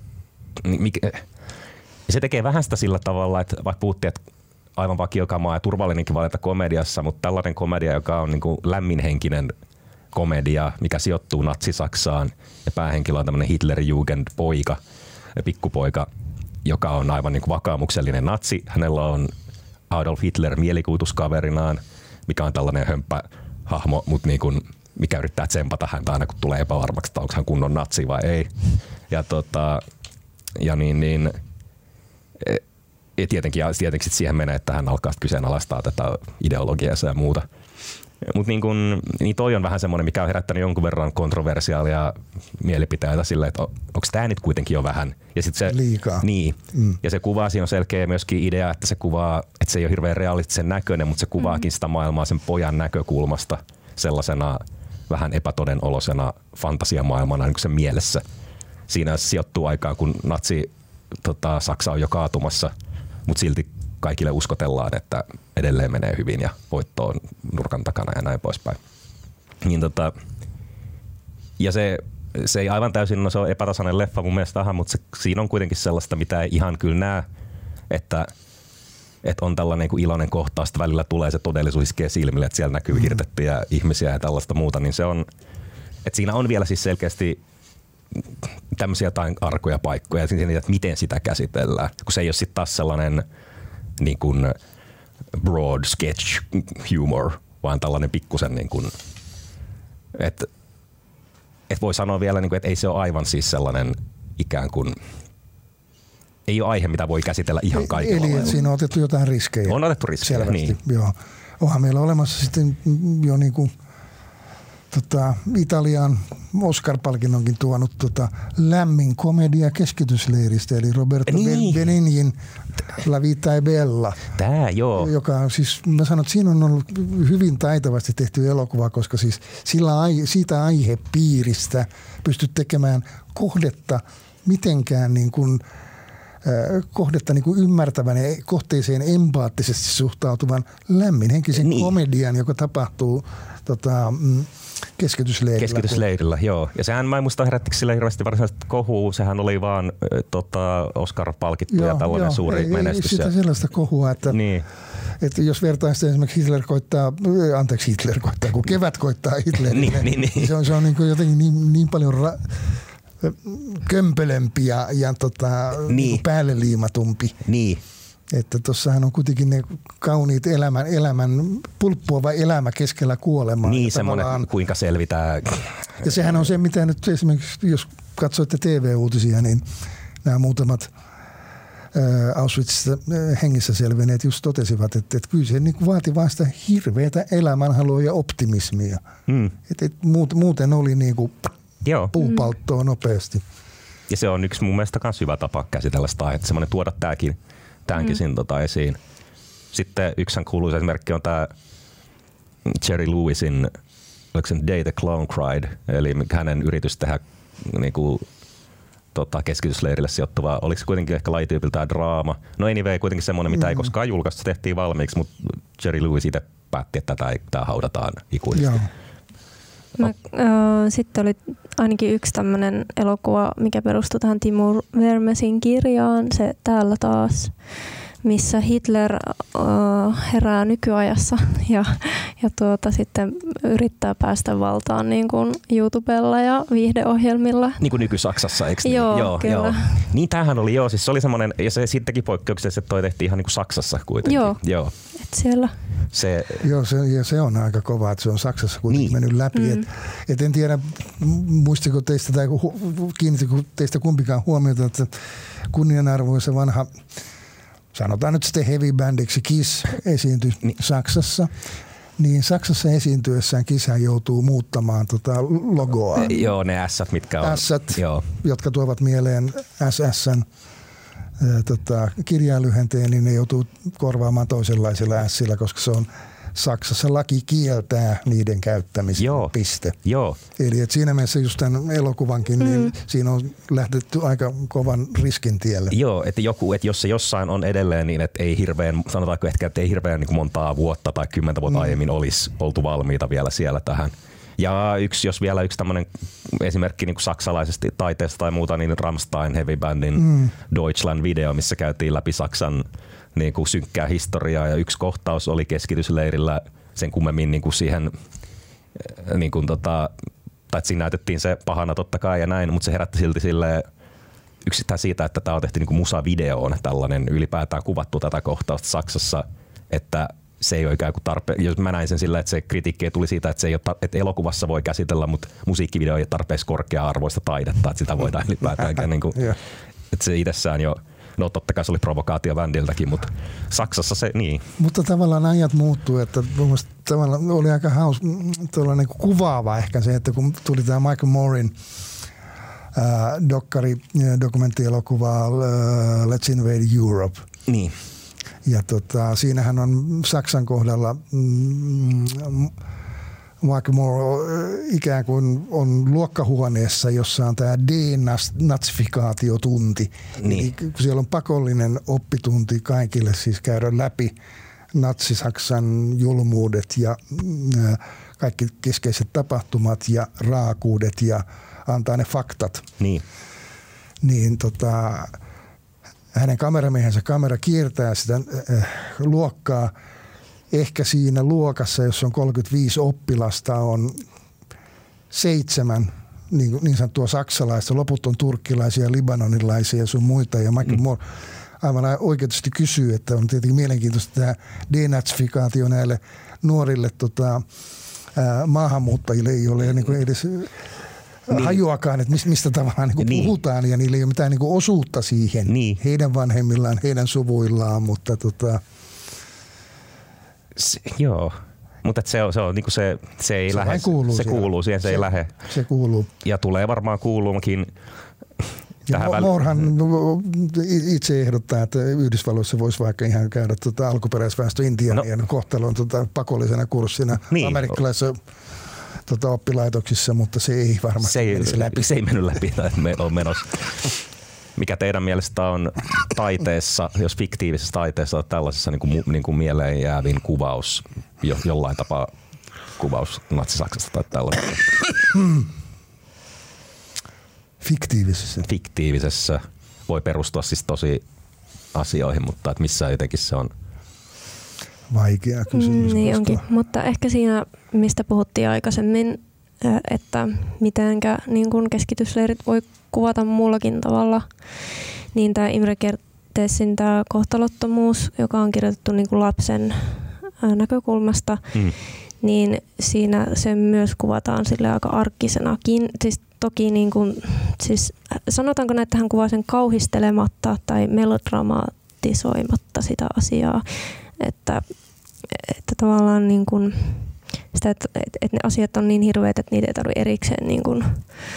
tekee vähän sitä sillä tavalla, että vaikka puhuttiin, että aivan vakiokamaa ja turvallinenkin valinta komediassa, mutta tällainen komedia, joka on niin kuin lämminhenkinen komedia, mikä sijoittuu Natsi-Saksaan ja päähenkilö on tämmöinen Hitlerjugend-poika, pikkupoika, joka on aivan niin kuin vakaumuksellinen natsi. Hänellä on Adolf Hitler mielikuvituskaverinaan, mikä on tällainen hömppä-hahmo, mutta niin kuin, mikä yrittää tsempata häntä aina, kun tulee epävarmaksi, että onko hän kunnon natsi vai ei. Ja tietenkin siihen menee, että hän alkaa kyseenalaistaa tätä ideologiaa ja muuta. Mutta niin toi on vähän semmoinen, mikä on herättänyt jonkun verran kontroversiaalia mielipiteitä silleen, että onko tämä nyt kuitenkin jo vähän. Ja sit se, liikaa. Niin. Ja se kuvaa, siinä on selkeä myöskin idea, että se kuvaa, että se ei ole hirveän realistisen näköinen, mutta se kuvaakin sitä maailmaa sen pojan näkökulmasta sellaisena vähän epätodenolosena fantasiamaailmana niin kuin sen mielessä. Siinä se sijoittuu aikaan, kun Saksa on jo kaatumassa, mutta silti kaikille uskotellaan, että edelleen menee hyvin ja voitto on nurkan takana ja näin poispäin. Ja se ei aivan täysin, se on epätasainen leffa mun mielestä vähän, mutta siinä on kuitenkin sellaista, mitä ei ihan kyllä näe, että on tällainen niin iloinen kohtaus, että välillä tulee se todellisuus iskee silmille, että siellä näkyy hirtettyjä ihmisiä ja tällaista muuta, niin se on, että siinä on vielä siis selkeästi tämmöisiä jotain arkoja paikkoja, että miten sitä käsitellään, kun se ei ole sitten taas sellainen niin kuin broad sketch humor, vaan tällainen pikkusen niin kuin, että voi sanoa vielä, niin kuin, että ei se ole aivan siis sellainen ikään kuin, ei ole aihe, mitä voi käsitellä ihan kaikilla. Eli siinä on otettu jotain riskejä. On otettu riskejä, selvästi. Niin. Joo. Onhan meillä olemassa sitten jo niin kuin Italian Oscar-palkinnonkin tuonut lämmin komedia keskitysleiristä, eli Roberto Benignin La Vita e Bella. Tää, joo. Joka on siis, mä sanon, että siinä on ollut hyvin taitavasti tehty elokuva, koska siis siitä aihepiiristä pystyt tekemään kohdetta mitenkään niin kuin kohdetta niin kuin ymmärtävän ja kohteeseen empaattisesti suhtautuvan lämminhenkisen komedian, joka tapahtuu keskitysleirillä. Keskitysleirillä, joo. Ja sehän mä en muista herättikö sille hirveästi varsinaisesti kohua. Sehän oli vaan Oscar-palkittu ja tällainen suuri menestys. Sitä sellaista kohua, että, että jos vertaa sitä esimerkiksi Hitler koittaa, kun kevät koittaa Hitlerille, niin. Se on niin kuin jotenkin niin paljon kömpelömpi ja niin päälle liimatumpi. Niin. Että tossahan on kuitenkin ne kauniit elämän pulppuava elämä keskellä kuolemaa. Niin, semmoinen kuinka selvitään. Ja sehän on se, mitä nyt esimerkiksi, jos katsoitte TV-uutisia, niin nämä muutamat Auschwitzista hengissä selvinneet just totesivat, että kyllä se niin vaati vaan sitä hirveätä elämänhalua ja optimismia. Että muuten oli niin kuin puupalttoa nopeasti. Ja se on yksi mun mielestä myös hyvä tapa käsitellä sitä, että semmoinen tuoda tämänkin esiin. Sitten yksi kuuluisa esimerkki on tämä Jerry Lewisin Day the Clown Cried, eli hänen yritys tehdä niinku, keskitysleirille sijoittuvaa. Oliko se kuitenkin ehkä lajityypiltään draama? No anyway, kuitenkin semmoinen, mitä ei koskaan julkaistu, tehtiin valmiiksi, mutta Jerry Lewis itse päätti, että tämä haudataan ikuisesti. Sitten oli ainakin yksi tämmöinen elokuva, mikä perustui tähän Timur Vermesin kirjaan, se Täällä taas, missä Hitler herää nykyajassa ja sitten yrittää päästä valtaan niin kuin YouTubella ja viihdeohjelmilla. Niin kuin nyky-Saksassa, eikö niin? Joo, kyllä. Joo. Niin tämähän oli, siis se oli semmoinen, ja se sittenkin poikkeuksessa, että toi tehtiin ihan niin kuin Saksassa kuitenkin. Joo. Et siellä. Se on aika kova, että se on Saksassa kuitenkin mennyt läpi. Et en tiedä, muistiko teistä tai kiinnitikö teistä kumpikaan huomiota, että kunnianarvoisa vanha, sanotaan nyt sitten heavy-bändiksi Kiss esiintyi Saksassa. Niin Saksassa esiintyessään Kisshän joutuu muuttamaan logoa. Joo, ne S, mitkä on. S, jotka tuovat mieleen SS:n kirjainlyhenteen, niin ne joutuu korvaamaan toisenlaisilla S:illä, koska se on Saksassa laki kieltää niiden käyttämistä. Piste. Joo. Eli että siinä mielessä just tämän elokuvankin, niin siinä on lähdetty aika kovan riskin tielle. Joo, että jos se jossain on edelleen niin, että ei hirveän, sanotaanko ehkä, että ei hirveän niin kuin montaa vuotta tai 10 vuotta aiemmin olisi oltu valmiita vielä siellä tähän. Ja jos vielä yksi tämmöinen esimerkki niin kuin saksalaisesta taiteesta tai muuta, niin Rammstein Heavy Bandin Deutschland-video, missä käytiin läpi Saksan niin kuin synkkää historiaa, ja yksi kohtaus oli keskitysleirillä sen kummemmin niin kuin siihen, niin kuin tai siinä näytettiin se pahana totta kai ja näin, mutta se herätti silti silleen yksistään siitä, että tämä on tehty niin musavideoon, tällainen ylipäätään kuvattu tätä kohtausta Saksassa, että se ei ole ikään kuin tarpeen. Jos mä näin sen sillä, että se kritiikki tuli siitä, että, se ei ole että elokuvassa voi käsitellä, mutta musiikkivideo ei ole tarpeeksi korkea-arvoista taidetta, että sitä voidaan ylipäätään. Niin kuin, että se itsessään jo, no totta kai se oli provokaatio bändiltäkin, mutta Saksassa se niin. Mutta tavallaan ajat muuttuu, että tavallaan oli aika niin kuvaava ehkä se, että kun tuli tämä Michael Mooren dokumenttielokuva Let's Invade Europe. Niin. Ja siinähän on Saksan kohdalla Michael Moore ikään kuin on luokkahuoneessa, jossa on tämä denatsifikaatiotunti. Niin. Siellä on pakollinen oppitunti kaikille siis käydä läpi natsi-Saksan julmuudet ja kaikki keskeiset tapahtumat ja raakuudet ja antaa ne faktat. Niin. Niin hänen kameramiehensä kamera kiertää sitä luokkaa. Ehkä siinä luokassa, jos on 35 oppilasta, on 7 niin sanottua saksalaista. Loput on turkkilaisia, libanonilaisia ja sun muita. Ja Michael Moore aivan oikeutusti kysyy, että on tietenkin mielenkiintoista tämä denatsifikaatio näille nuorille maahanmuuttajille, joille ei niin kuin edes hajuakaan, että mistä tavallaan niin puhutaan, ja niillä ei ole mitään niin osuutta siihen. Niin. Heidän vanhemmillaan, heidän suvuillaan, mutta joo, mutta se on niinku se ei se lähde. Se kuuluu siihen, se ei lähde. Se kuuluu. Ja tulee varmaan kuulumakin tähän Moorehan itse ehdottaa, että Yhdysvalloissa voisi vaikka ihan käydä alkuperäisväestö intiaanien kohtalon pakollisena kurssina amerikkalaisessa oppilaitoksissa, mutta se ei varmasti menisi läpi. Se ei mennyt läpi, tai me on menossa. Mikä teidän mielestä on taiteessa, jos fiktiivisessä taiteessa on tällaisessa niin kuin mieleen jäävin kuvaus, jollain tapaa kuvaus natsi-Saksasta tai tällaista? Fiktiivisessä voi perustua siis tosi asioihin, mutta että missä jotenkin se on vaikea kysymys. Niin onkin, mutta ehkä siinä, mistä puhuttiin aikaisemmin, että mitenkä niin kun keskitysleirit voi kuvata muullakin tavalla, niin tämä Imre Kertészin tämä kohtalottomuus, joka on kirjoitettu niin kuin lapsen näkökulmasta, niin siinä se myös kuvataan sille aika arkkisenakin. Siis toki niin kuin, siis sanotaanko, että hän kuvaa sen kauhistelematta tai melodramatisoimatta sitä asiaa, että tavallaan niin kuin sitä, että ne asiat on niin hirveät, että niitä ei tarvitse erikseen niin kuin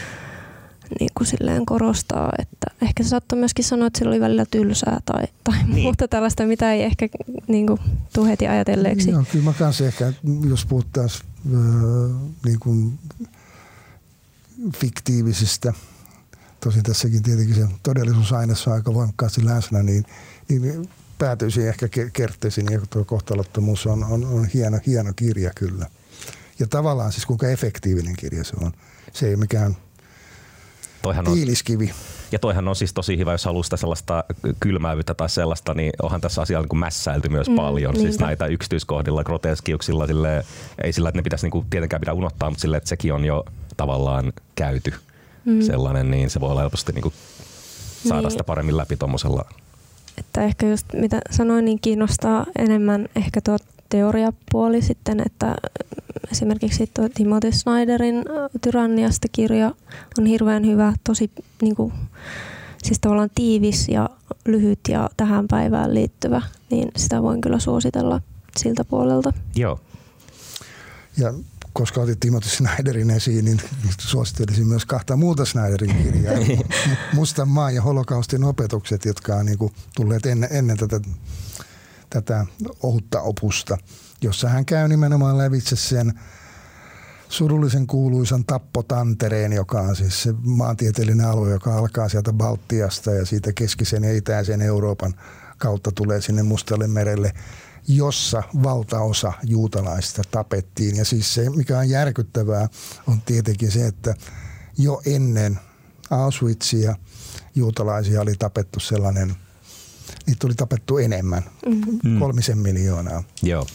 silleen korostaa. Että ehkä se saattoi myöskin sanoa, että sillä oli välillä tylsää tai muuta tällaista, mitä ei ehkä niin kuin tule heti ajatelleeksi. Joo, kyllä mä kanssa ehkä, jos puhuttaisiin niin kuin fiktiivisistä, tosin tässäkin tietenkin se todellisuusaineessa on aika voimakkaasti läsnä, niin päätyisin ehkä Kertészin, ja tuo kohtalottomuus on hieno kirja kyllä. Ja tavallaan siis kuinka efektiivinen kirja se on. Se ei mikään tiiliskivi. Ja toihan on siis tosi hyvä, jos haluaa sitä sellaista kylmävyyttä tai sellaista, niin onhan tässä asialla niin kuin mässäilty myös paljon. Niinpä. Siis näitä yksityiskohdilla, groteskiuksilla, ei sillä, että ne pitäisi niin kuin tietenkään pitää unohtaa, mutta sille, että sekin on jo tavallaan käyty sellainen, niin se voi olla helposti niin kuin saada sitä paremmin läpi tuommoisella. Että ehkä just mitä sanoin, niin kiinnostaa enemmän ehkä tuo teoriapuoli sitten, että esimerkiksi tuo Timothy Snyderin Tyranniasta -kirja on hirveän hyvä, tosi niinku, siis tavallaan tiivis ja lyhyt ja tähän päivään liittyvä, niin sitä voin kyllä suositella siltä puolelta. Joo. Ja koska otit Timothy Snyderin esiin, niin suosittelisin myös 2 muuta Snyderin kirjaa. Mustan maan ja holokaustin opetukset, jotka on niin kuin tulleet ennen tätä ohutta opusta, jossa hän käy nimenomaan lävitse sen surullisen kuuluisan Tappotantereen, joka on siis se maantieteellinen alue, joka alkaa sieltä Baltiasta ja siitä keskisen ja itäisen Euroopan kautta tulee sinne Mustalle merelle, jossa valtaosa juutalaista tapettiin. Ja siis se, mikä on järkyttävää, on tietenkin se, että jo ennen Auschwitzia juutalaisia oli tapettu niitä oli tapettu enemmän, 3 miljoonaa. Joo.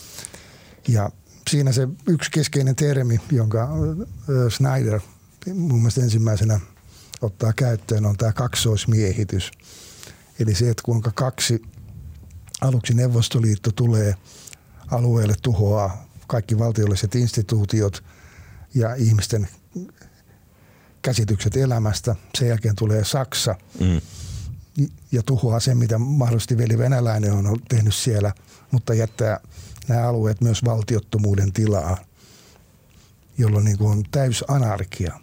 Ja siinä se yksi keskeinen termi, jonka Snyder mun mielestä ensimmäisenä ottaa käyttöön, on tämä kaksoismiehitys. Eli se, että kuinka aluksi Neuvostoliitto tulee alueelle, tuhoaa kaikki valtiolliset instituutiot ja ihmisten käsitykset elämästä. Sen jälkeen tulee Saksa ja tuhoaa sen, mitä mahdollisesti veli venäläinen on tehnyt siellä, mutta jättää nämä alueet myös valtiottomuuden tilaa, jolloin niin kuin on täys anarkia.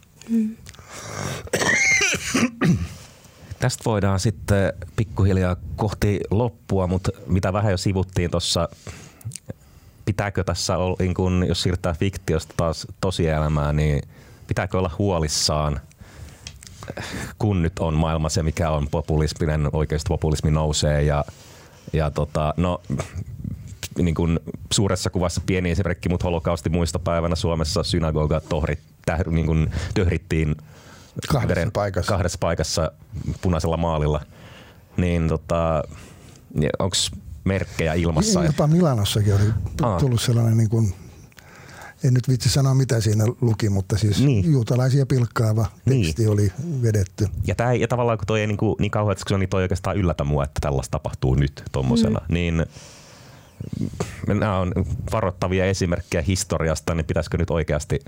Tästä voidaan sitten pikkuhiljaa kohti loppua, mutta mitä vähän jo sivuttiin tuossa, pitääkö tässä olla, niin kun, jos siirtää fiktiosta taas tosielämään, niin pitääkö olla huolissaan, kun nyt on maailma se, mikä on populistinen, oikeistopopulismi nousee no niin kuin suuressa kuvassa pieni esimerkki, mutta holokaustin muistopäivänä Suomessa synagoga niin kuin töhrittiin kahdessa paikassa punaisella maalilla. Niin onko merkkejä ilmassa? Jopa Milanossakin oli tullut sellainen, niin kuin, en nyt vitsi sanoa mitä siinä luki, mutta siis juutalaisia pilkkaava teksti oli vedetty. Ja tavallaan kun toi ei niin kauhean, että se toi oikeastaan yllätä mua, että tällaista tapahtuu nyt tommosena, niin nämä on varoittavia esimerkkejä historiasta, niin pitäisikö nyt oikeasti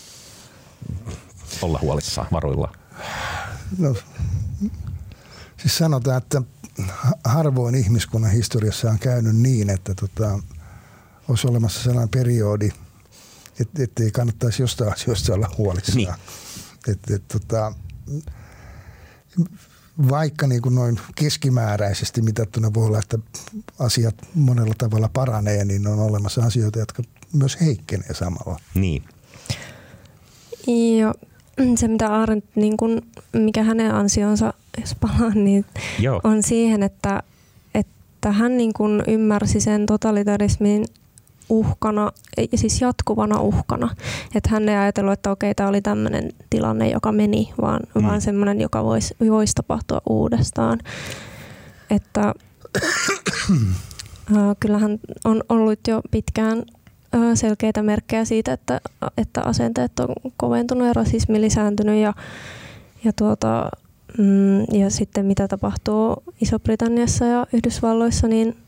olla huolissaan, varuilla? No, siis sanotaan, että harvoin ihmiskunnan historiassa on käynyt niin, että olisi olemassa sellainen periodi, että ei kannattaisi jostain asioista olla huolissaan. Niin. Vaikka niin kuin noin keskimääräisesti mitattuna voi olla, että asiat monella tavalla paranee, niin on olemassa asioita, jotka myös heikkenee samalla. Niin. Joo. Se, mitä Arendt, niin kun, mikä hänen ansionsa, jos palaan, niin on siihen, että hän niin kun ymmärsi sen totalitarismin uhkana, siis jatkuvana uhkana. Että hän ei ajatellut, että okei, tämä oli tämmöinen tilanne, joka meni, vaan semmoinen, joka voisi tapahtua uudestaan. Että kyllähän on ollut jo pitkään selkeitä merkkejä siitä, että asenteet on koventunut ja rasismi lisääntynyt ja sitten mitä tapahtuu Iso-Britanniassa ja Yhdysvalloissa, niin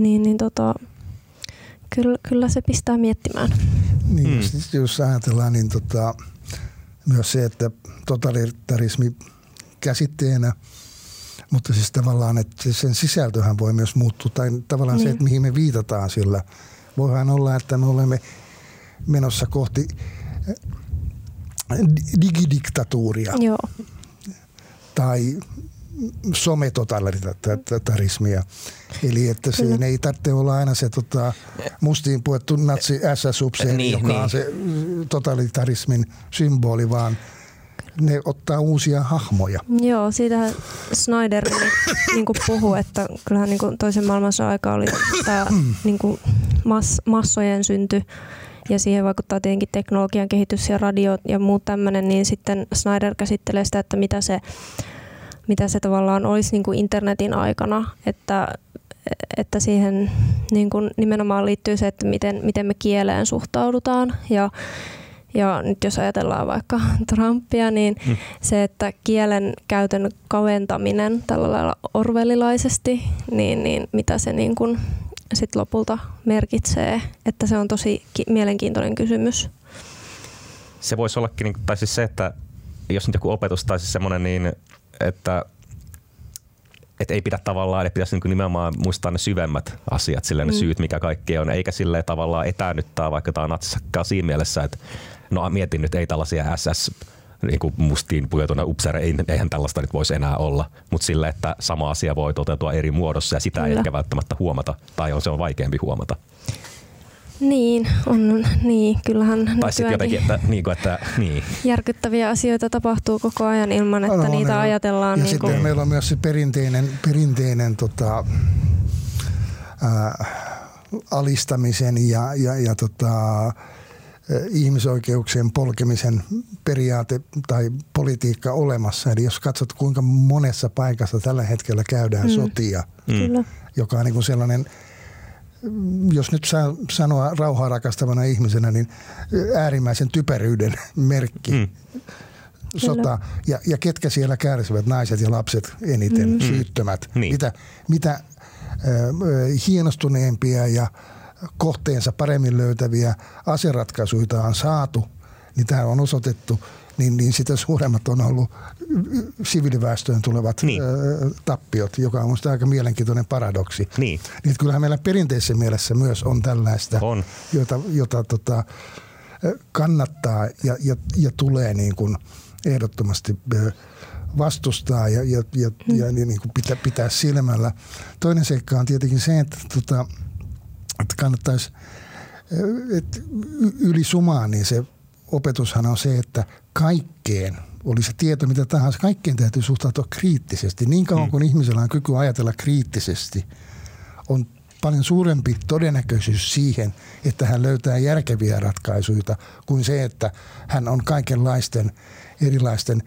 kyllä se pistää miettimään. Niin, jos ajatellaan, niin myös se, että totalitarismi käsitteenä, mutta siis tavallaan, että sen sisältöhän voi myös muuttua, tai tavallaan se, että mihin me viitataan sillä. Voihan olla, että me olemme menossa kohti digidiktatuuria. Joo. Tai sometotalitarismia. Eli että siinä ei tarvitse olla aina se mustiin puettu natsi SS-upseeri, joka on se totalitarismin symboli, vaan ne ottaa uusia hahmoja. Joo, siitä Snyder niin puhui, että kyllähän niin toisen maailmansodan aika oli tämä niin massojen synty ja siihen vaikuttaa tietenkin teknologian kehitys ja radio ja muut tämmöinen, niin sitten Snyder käsittelee sitä, että mitä se tavallaan olisi niin kuin internetin aikana, että siihen niin kuin nimenomaan liittyy se, että miten me kieleen suhtaudutaan ja nyt jos ajatellaan vaikka Trumpia, niin se, että kielen käytön kaventaminen tällä lailla orwellilaisesti, niin mitä se niin kuin sit lopulta merkitsee, että se on tosi mielenkiintoinen kysymys. Se voisi ollakin, tai siis se, että jos nyt joku opetus tai siis semmoinen niin, että ei pidä tavallaan, että pitäisi nimenomaan muistaa ne syvemmät asiat, silleen ne syyt, mikä kaikki on, eikä silleen tavallaan etäännyttää, vaikka tämä on natsisakkaa siinä mielessä, että no mietin nyt, ei tällaisia SS niin kuin mustiin pujotuna upseereja, eihän tällaista nyt voisi enää olla, mutta sille, että sama asia voi toteutua eri muodossa ja sitä ei ehkä välttämättä huomata, tai se on vaikeampi huomata. Niin, kyllähän tai sitten jotenkin, että järkyttäviä asioita tapahtuu koko ajan ilman, että niitä ajatellaan. Ja sitten meillä on myös se perinteinen alistamisen ja ihmisoikeuksien polkemisen periaate tai politiikka olemassa. Eli jos katsot, kuinka monessa paikassa tällä hetkellä käydään sotia, joka on niin kuin sellainen, jos nyt saa sanoa rauhaa rakastavana ihmisenä, niin äärimmäisen typeryyden merkki. sota ja ketkä siellä kärsivät, naiset ja lapset eniten, syyttömät. Niin. Mitä hienostuneempia ja kohteensa paremmin löytäviä aseratkaisuja on saatu, niin tämä on osoitettu, niin sitä suuremmat on ollut siviiliväestöön tulevat tappiot, joka on minusta aika mielenkiintoinen paradoksi. Niin kyllähän meillä perinteisessä mielessä myös on tällaista, jota kannattaa ja tulee niin kuin ehdottomasti vastustaa ja niin kuin pitää silmällä. Toinen seikka on tietenkin se, että kannattaisi yli sumaan, niin se opetushan on se, että kaikkeen, oli se tieto mitä tahansa, kaikkeen täytyy suhtautua kriittisesti. Niin kauan kuin ihmisellä on kyky ajatella kriittisesti, on paljon suurempi todennäköisyys siihen, että hän löytää järkeviä ratkaisuja kuin se, että hän on kaikenlaisten erilaisten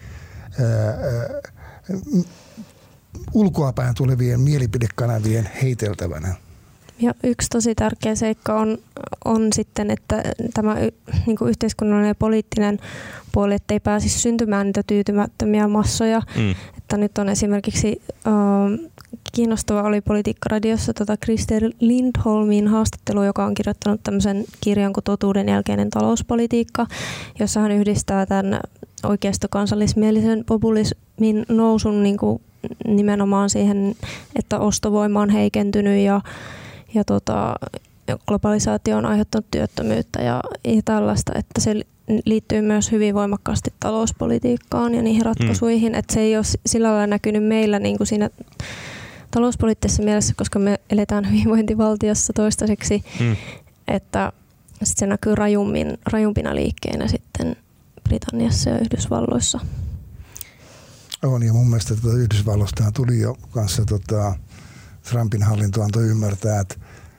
ulkoapäin tulevien mielipidekanavien heiteltävänä. Ja yksi tosi tärkeä seikka on sitten, että tämä niin kuin yhteiskunnallinen ja poliittinen puoli, ettei pääsisi syntymään niitä tyytymättömiä massoja. Että nyt on esimerkiksi kiinnostava oli Politiikka-radiossa Christer Lindholmin haastattelu, joka on kirjoittanut tämmöisen kirjan kuin Totuuden jälkeinen talouspolitiikka, jossa hän yhdistää tämän oikeistokansallismielisen populismin nousun niin kuin nimenomaan siihen, että ostovoima on heikentynyt ja globalisaatio on aiheuttanut työttömyyttä ja tällaista, että se liittyy myös hyvin voimakkaasti talouspolitiikkaan ja niihin ratkaisuihin, että se ei ole sillä lailla näkynyt meillä niin kuin siinä talouspoliittisessa mielessä, koska me eletään hyvinvointivaltiossa toistaiseksi, että sit se näkyy rajumpina liikkeinä sitten Britanniassa ja Yhdysvalloissa. On, ja mun mielestä Yhdysvalloista tuli jo kanssa Trumpin hallinto antoi ymmärtää, että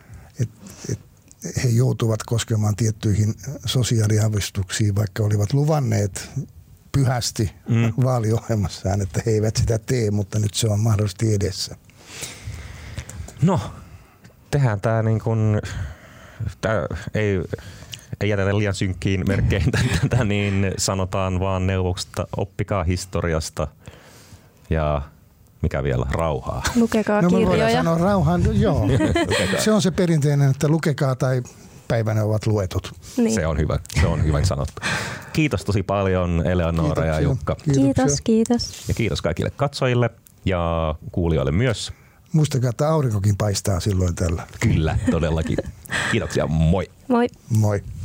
he joutuvat koskemaan tiettyihin sosiaaliavustuksiin, vaikka olivat luvanneet pyhästi vaaliohjelmassaan, että he eivät sitä tee, mutta nyt se on mahdollisesti edessä. No, tehdään tämä niin kuin, ei jätetä liian synkkiin merkkeihin tätä, niin sanotaan vaan neuvoksesta, oppikaa historiasta ja mikä vielä, rauhaa. Lukekaa kirjoja. No me voidaan sanoa rauhaan, joo. Se on se perinteinen, että lukekaa tai päivänä ovat luetut. Niin. Se on hyvä sanottu. Kiitos tosi paljon Eleonora ja Jukka. Kiitos. Ja kiitos kaikille katsojille ja kuulijoille myös. Muistakaa, että aurinkokin paistaa silloin tällä. Kyllä, todellakin. Kiitoksia, moi. Moi. Moi.